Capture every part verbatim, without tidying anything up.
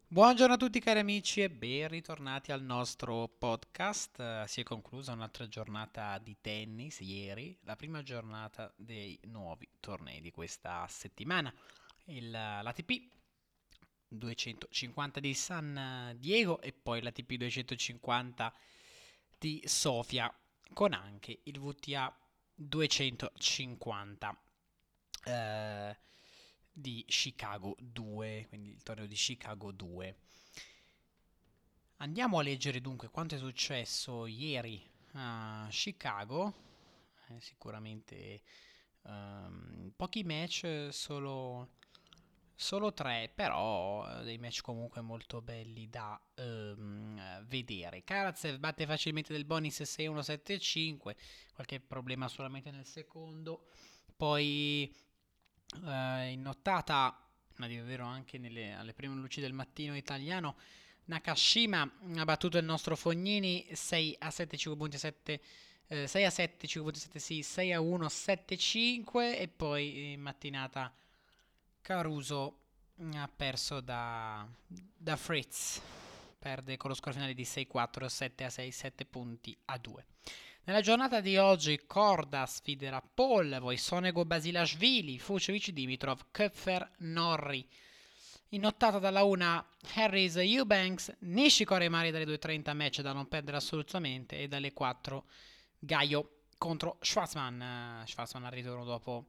Buongiorno a tutti cari amici e ben ritornati al nostro podcast. Eh, si è conclusa un'altra giornata di tennis ieri, la prima giornata dei nuovi tornei di questa settimana. Il, L'A T P duecentocinquanta di San Diego e poi l'A T P duecentocinquanta di Sofia con anche il V T A duecentocinquanta eh, di Chicago due, quindi il torneo di Chicago due. Andiamo a leggere dunque quanto è successo ieri a Chicago. Eh, sicuramente ehm, pochi match, solo, solo tre, però eh, dei match comunque molto belli da ehm, vedere. Karatsev batte facilmente Del Bonis sei uno sette cinque, qualche problema solamente nel secondo. Poi eh, in nottata, ma di vero anche nelle, alle prime luci del mattino italiano, Nakashima ha battuto il nostro Fognini sei a sette, cinque punti sette, eh, sei a sette, cinque punti sette, sì, sei a uno, sette cinque e poi in mattinata Caruso ha perso da, da Fritz, perde con lo score finale di sei a quattro, sette a sei, sette punti a due. Nella giornata di oggi Korda sfiderà Paul, poi Sonego Basilashvili, Fuciovic Dimitrov, Köpfer Norri. In ottata dalla una Harris Eubanks, Nishikori e Mari dalle due e trenta, match da non perdere assolutamente, e dalle quattro Gaio contro Schwarzman. Schwarzman al ritorno dopo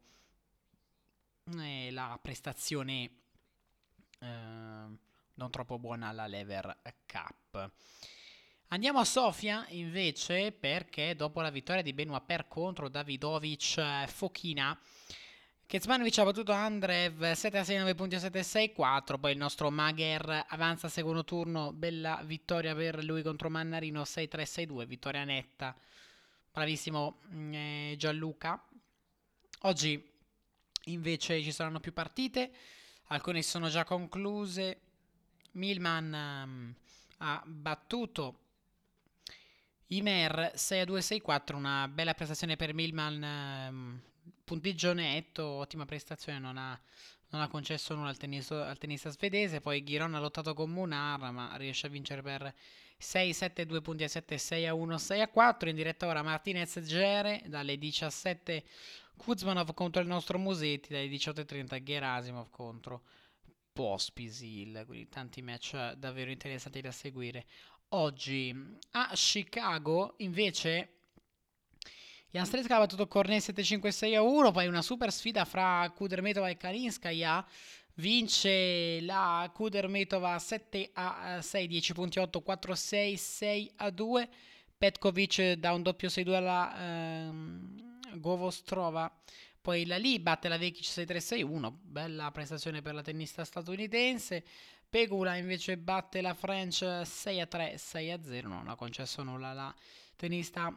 eh, la prestazione eh, non troppo buona alla Lever Cup. Andiamo a Sofia invece perché dopo la vittoria di Benoit Per contro Davidovic eh, Fokina, Kecmanovic ha battuto Andrev sette a sei, nove punti a sette a sei quattro. Poi il nostro Mager avanza al secondo turno, bella vittoria per lui contro Mannarino sei tre sei due, vittoria netta. Bravissimo mm, eh, Gianluca. Oggi invece ci saranno più partite, alcune sono già concluse. Milman ehm, ha battuto Imer sei a due sei quattro, una bella prestazione per Milman, ehm, punteggio netto, ottima prestazione, non ha, non ha concesso nulla al, tennis- al tennista svedese. Poi Ghiron ha lottato con Munar ma riesce a vincere per sei sette, due punti a sette, sei a uno, sei a quattro. In diretta ora Martinez Gere dalle diciassette, Kuzmanov contro il nostro Musetti, dalle diciotto e trenta Gerasimov contro Pospisil, quindi tanti match davvero interessanti da seguire. Oggi a Chicago invece Jan Streska ha battuto Cornet sette cinque sei a uno, poi una super sfida fra Kudermetova e Kalinskaya. Vince la Kudermetova sette a sei, dieci punti otto, quattro sei, sei a due. Petkovic da un doppio sei due alla ehm, Govostrova. Poi la Lee batte la Vekic sei tre sei uno, bella prestazione per la tennista statunitense. Pegula invece batte la French sei a tre, sei a zero, non ha concesso nulla alla tennista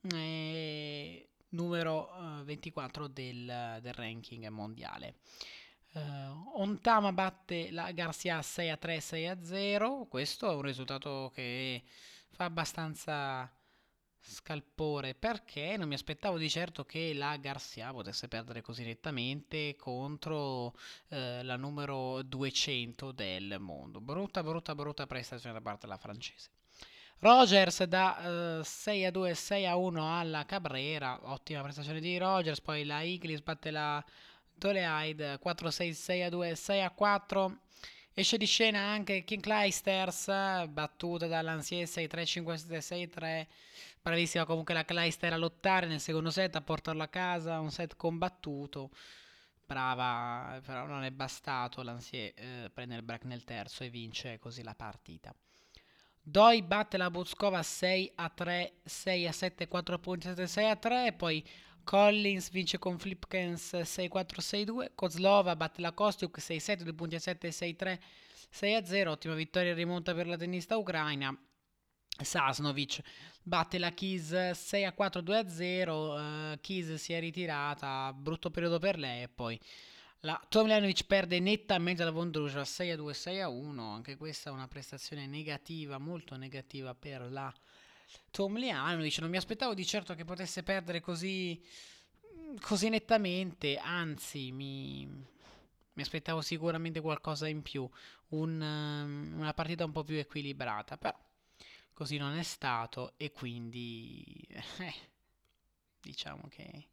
eh, numero eh, ventiquattro del, del ranking mondiale. Uh, Ontama batte la Garcia sei a tre, sei a zero. Questo è un risultato che fa abbastanza scalpore perché non mi aspettavo di certo che la Garcia potesse perdere così nettamente contro eh, la numero duecento del mondo. Brutta, brutta, brutta prestazione da parte della francese. Rogers da eh, sei a due, sei a uno alla Cabrera, ottima prestazione di Rogers. Poi la Iglis batte la Toleide quattro a sei, sei a due, sei a quattro. Esce di scena anche King Clijsters, battuta dall'Ansier sei tre, cinque sette, sei tre. Bravissima comunque la Clijster a lottare nel secondo set, a portarlo a casa, un set combattuto. Brava, però non è bastato. L'Ansier eh, prende il break nel terzo e vince così la partita. Doi batte la Buzkova sei a tre, sei a sette, quattro punti, sette, sei a tre. Poi Collins vince con Flipkens sei a quattro, sei a due. Kozlova batte la Kostiuk sei a sette, due punti a sette, sei a tre, sei a zero. Ottima vittoria in rimonta per la tennista ucraina. Sasnovic batte la Keys sei a quattro, due a zero. Uh, Keys si è ritirata, brutto periodo per lei. E poi la Tomljanovic perde nettamente la Vondrousova sei a due, sei a uno. Anche questa è una prestazione negativa, molto negativa per la Tomljanovic. Non mi aspettavo di certo che potesse perdere così, così nettamente. Anzi, mi, mi aspettavo sicuramente qualcosa in più. un, um, una partita un po' più equilibrata, però così non è stato e quindi eh, diciamo che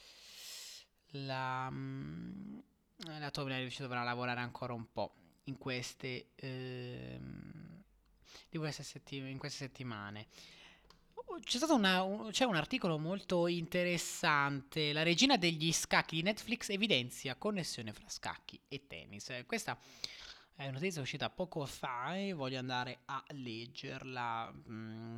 la, mm, la Tobler ci dovrà lavorare ancora un po' in queste, ehm, di queste setti- in queste settimane. C'è stato una- un, c'è un articolo molto interessante. La regina degli scacchi di Netflix evidenzia connessione fra scacchi e tennis. Eh, Questa è una notizia uscita poco fa e voglio andare a leggerla. Mm,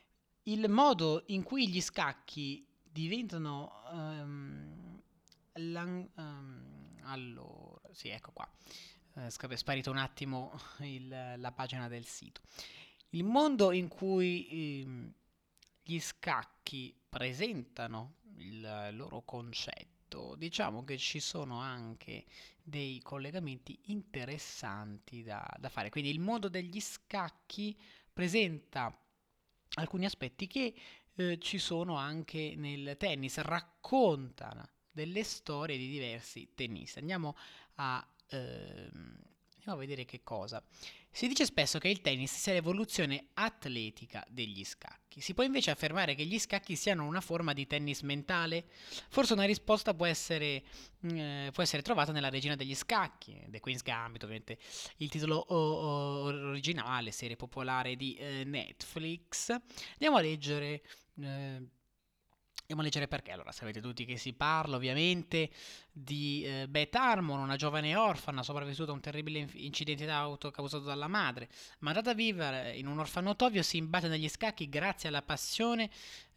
il modo in cui gli scacchi diventano ehm, lan- ehm, allora, sì, ecco qua. Eh, sca- è sparito un attimo il- la pagina del sito. Il mondo in cui ehm, gli scacchi presentano il loro concetto, diciamo che ci sono anche dei collegamenti interessanti da, da fare. Quindi il mondo degli scacchi presenta alcuni aspetti che eh, ci sono anche nel tennis, raccontano delle storie di diversi tennisti. Andiamo a, ehm, andiamo a vedere che cosa. Si dice spesso che il tennis sia l'evoluzione atletica degli scacchi. Si può invece affermare che gli scacchi siano una forma di tennis mentale? Forse una risposta può essere, mm, eh, può essere trovata nella regina degli scacchi, The Queen's Gambit, ovviamente il titolo o- o- originale, serie popolare di eh, Netflix. Andiamo a leggere. eh, Andiamo a leggere perché. Allora, sapete tutti che si parla ovviamente di eh, Beth Harmon, una giovane orfana sopravvissuta a un terribile inf- incidente d'auto causato dalla madre. Mandata a vivere in un orfanotrofio, si imbatte negli scacchi grazie alla passione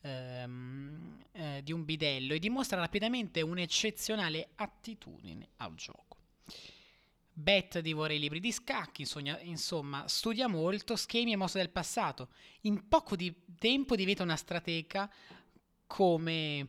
ehm, eh, di un bidello e dimostra rapidamente un'eccezionale attitudine al gioco. Beth divora i libri di scacchi, insogna- insomma, studia molto schemi e mosse del passato. In poco di tempo diventa una stratega come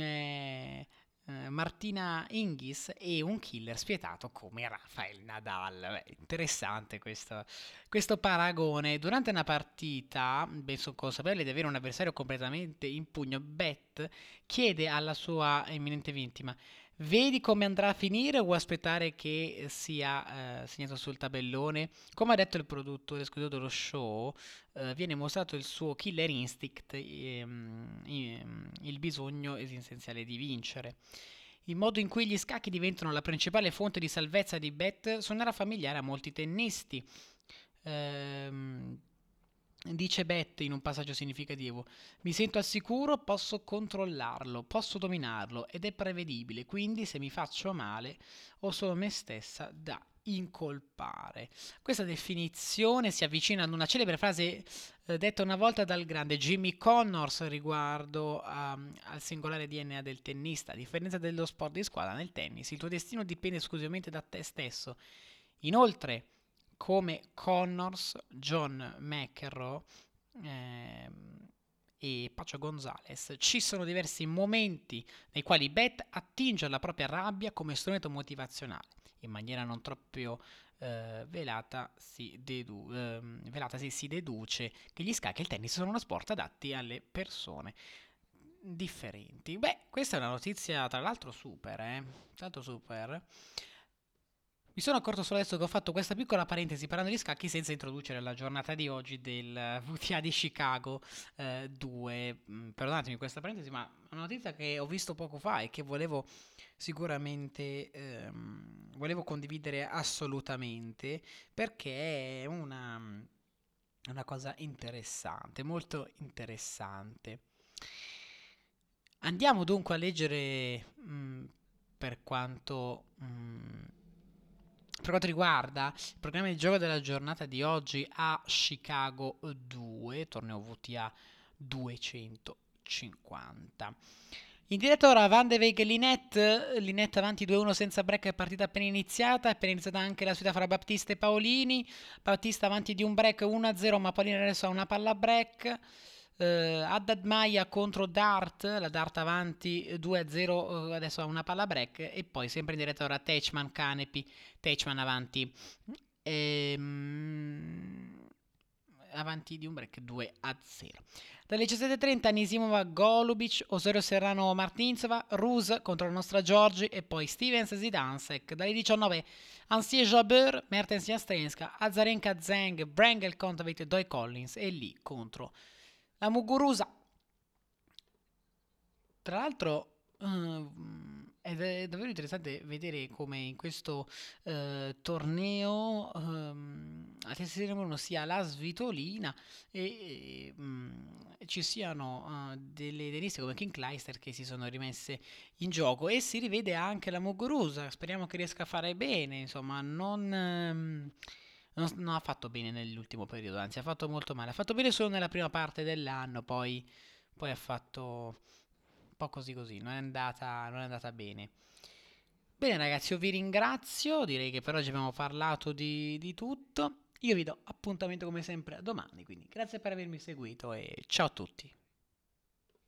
eh, eh, Martina Hingis e un killer spietato come Rafael Nadal. Beh, interessante questo, questo paragone. Durante una partita, ben so- consapevole di avere un avversario completamente in pugno, Beth chiede alla sua eminente vittima: vedi come andrà a finire o vuoi aspettare che sia eh, segnato sul tabellone? Come ha detto il produttore esclusivo dello show, eh, viene mostrato il suo killer instinct, ehm, ehm, il bisogno esistenziale di vincere. Il modo in cui gli scacchi diventano la principale fonte di salvezza di Beth suonerà familiare a molti tennisti. Ehm, Dice Beth in un passaggio significativo: mi sento al sicuro, posso controllarlo, posso dominarlo ed è prevedibile, quindi se mi faccio male ho solo me stessa da incolpare. Questa definizione si avvicina ad una celebre frase eh, detta una volta dal grande Jimmy Connors riguardo um, al singolare D N A del tennista. A differenza dello sport di squadra, nel tennis il tuo destino dipende esclusivamente da te stesso. Inoltre, come Connors, John McEnroe ehm, e Pacho Gonzalez, ci sono diversi momenti nei quali Beth attinge alla propria rabbia come strumento motivazionale. In maniera non troppo eh, velata, si dedu- ehm, velata si, si deduce che gli scacchi e il tennis sono uno sport adatti alle persone differenti. Beh, questa è una notizia tra l'altro super, eh? Tanto super. Mi sono accorto solo adesso che ho fatto questa piccola parentesi parlando di scacchi senza introducere la giornata di oggi del V T A di Chicago eh, due. Mm, Perdonatemi questa parentesi, ma è una notizia che ho visto poco fa e che volevo sicuramente ehm, volevo condividere assolutamente perché è una, una cosa interessante, molto interessante. Andiamo dunque a leggere mm, per quanto mm, per quanto riguarda il programma di gioco della giornata di oggi a Chicago due, torneo V T A duecentocinquanta. In diretta ora Van de Beek e Linette, Linette avanti due a uno senza break, è partita appena iniziata, è appena iniziata anche la sfida fra Battista e Paolini, Battista avanti di un break uno a zero, ma Paolini adesso ha una palla break. Uh, Haddad Maia contro Dart, la Dart avanti due a zero, uh, adesso ha una palla break e poi sempre in diretta ora Teichmann Canepi, Teichmann avanti ehm, avanti di un break due a zero. Dalle diciassette e trenta Nisimova, Golubic, Osorio Serrano, Martinsova, Rus contro la nostra Giorgi e poi Stevens Zidansek. Dalle diciannove Ansie Jabeur, Mertens Jastrenska, Azarenka Zeng, Brangel Kontaveit, Doi Collins e lì contro la Muguruza. Tra l'altro uh, è davvero interessante vedere come in questo uh, torneo um, a testa numero uno sia la Svitolina e, e um, ci siano uh, delle tenniste come Kim Clijsters che si sono rimesse in gioco, e si rivede anche la Muguruza. Speriamo che riesca a fare bene, insomma non... Um, non, non ha fatto bene nell'ultimo periodo, anzi ha fatto molto male. Ha fatto bene solo nella prima parte dell'anno, poi, poi ha fatto un po' così così, non è andata, non è andata bene. Bene ragazzi, io vi ringrazio, direi che per oggi abbiamo parlato di, di tutto. Io vi do appuntamento come sempre a domani, quindi grazie per avermi seguito e ciao a tutti.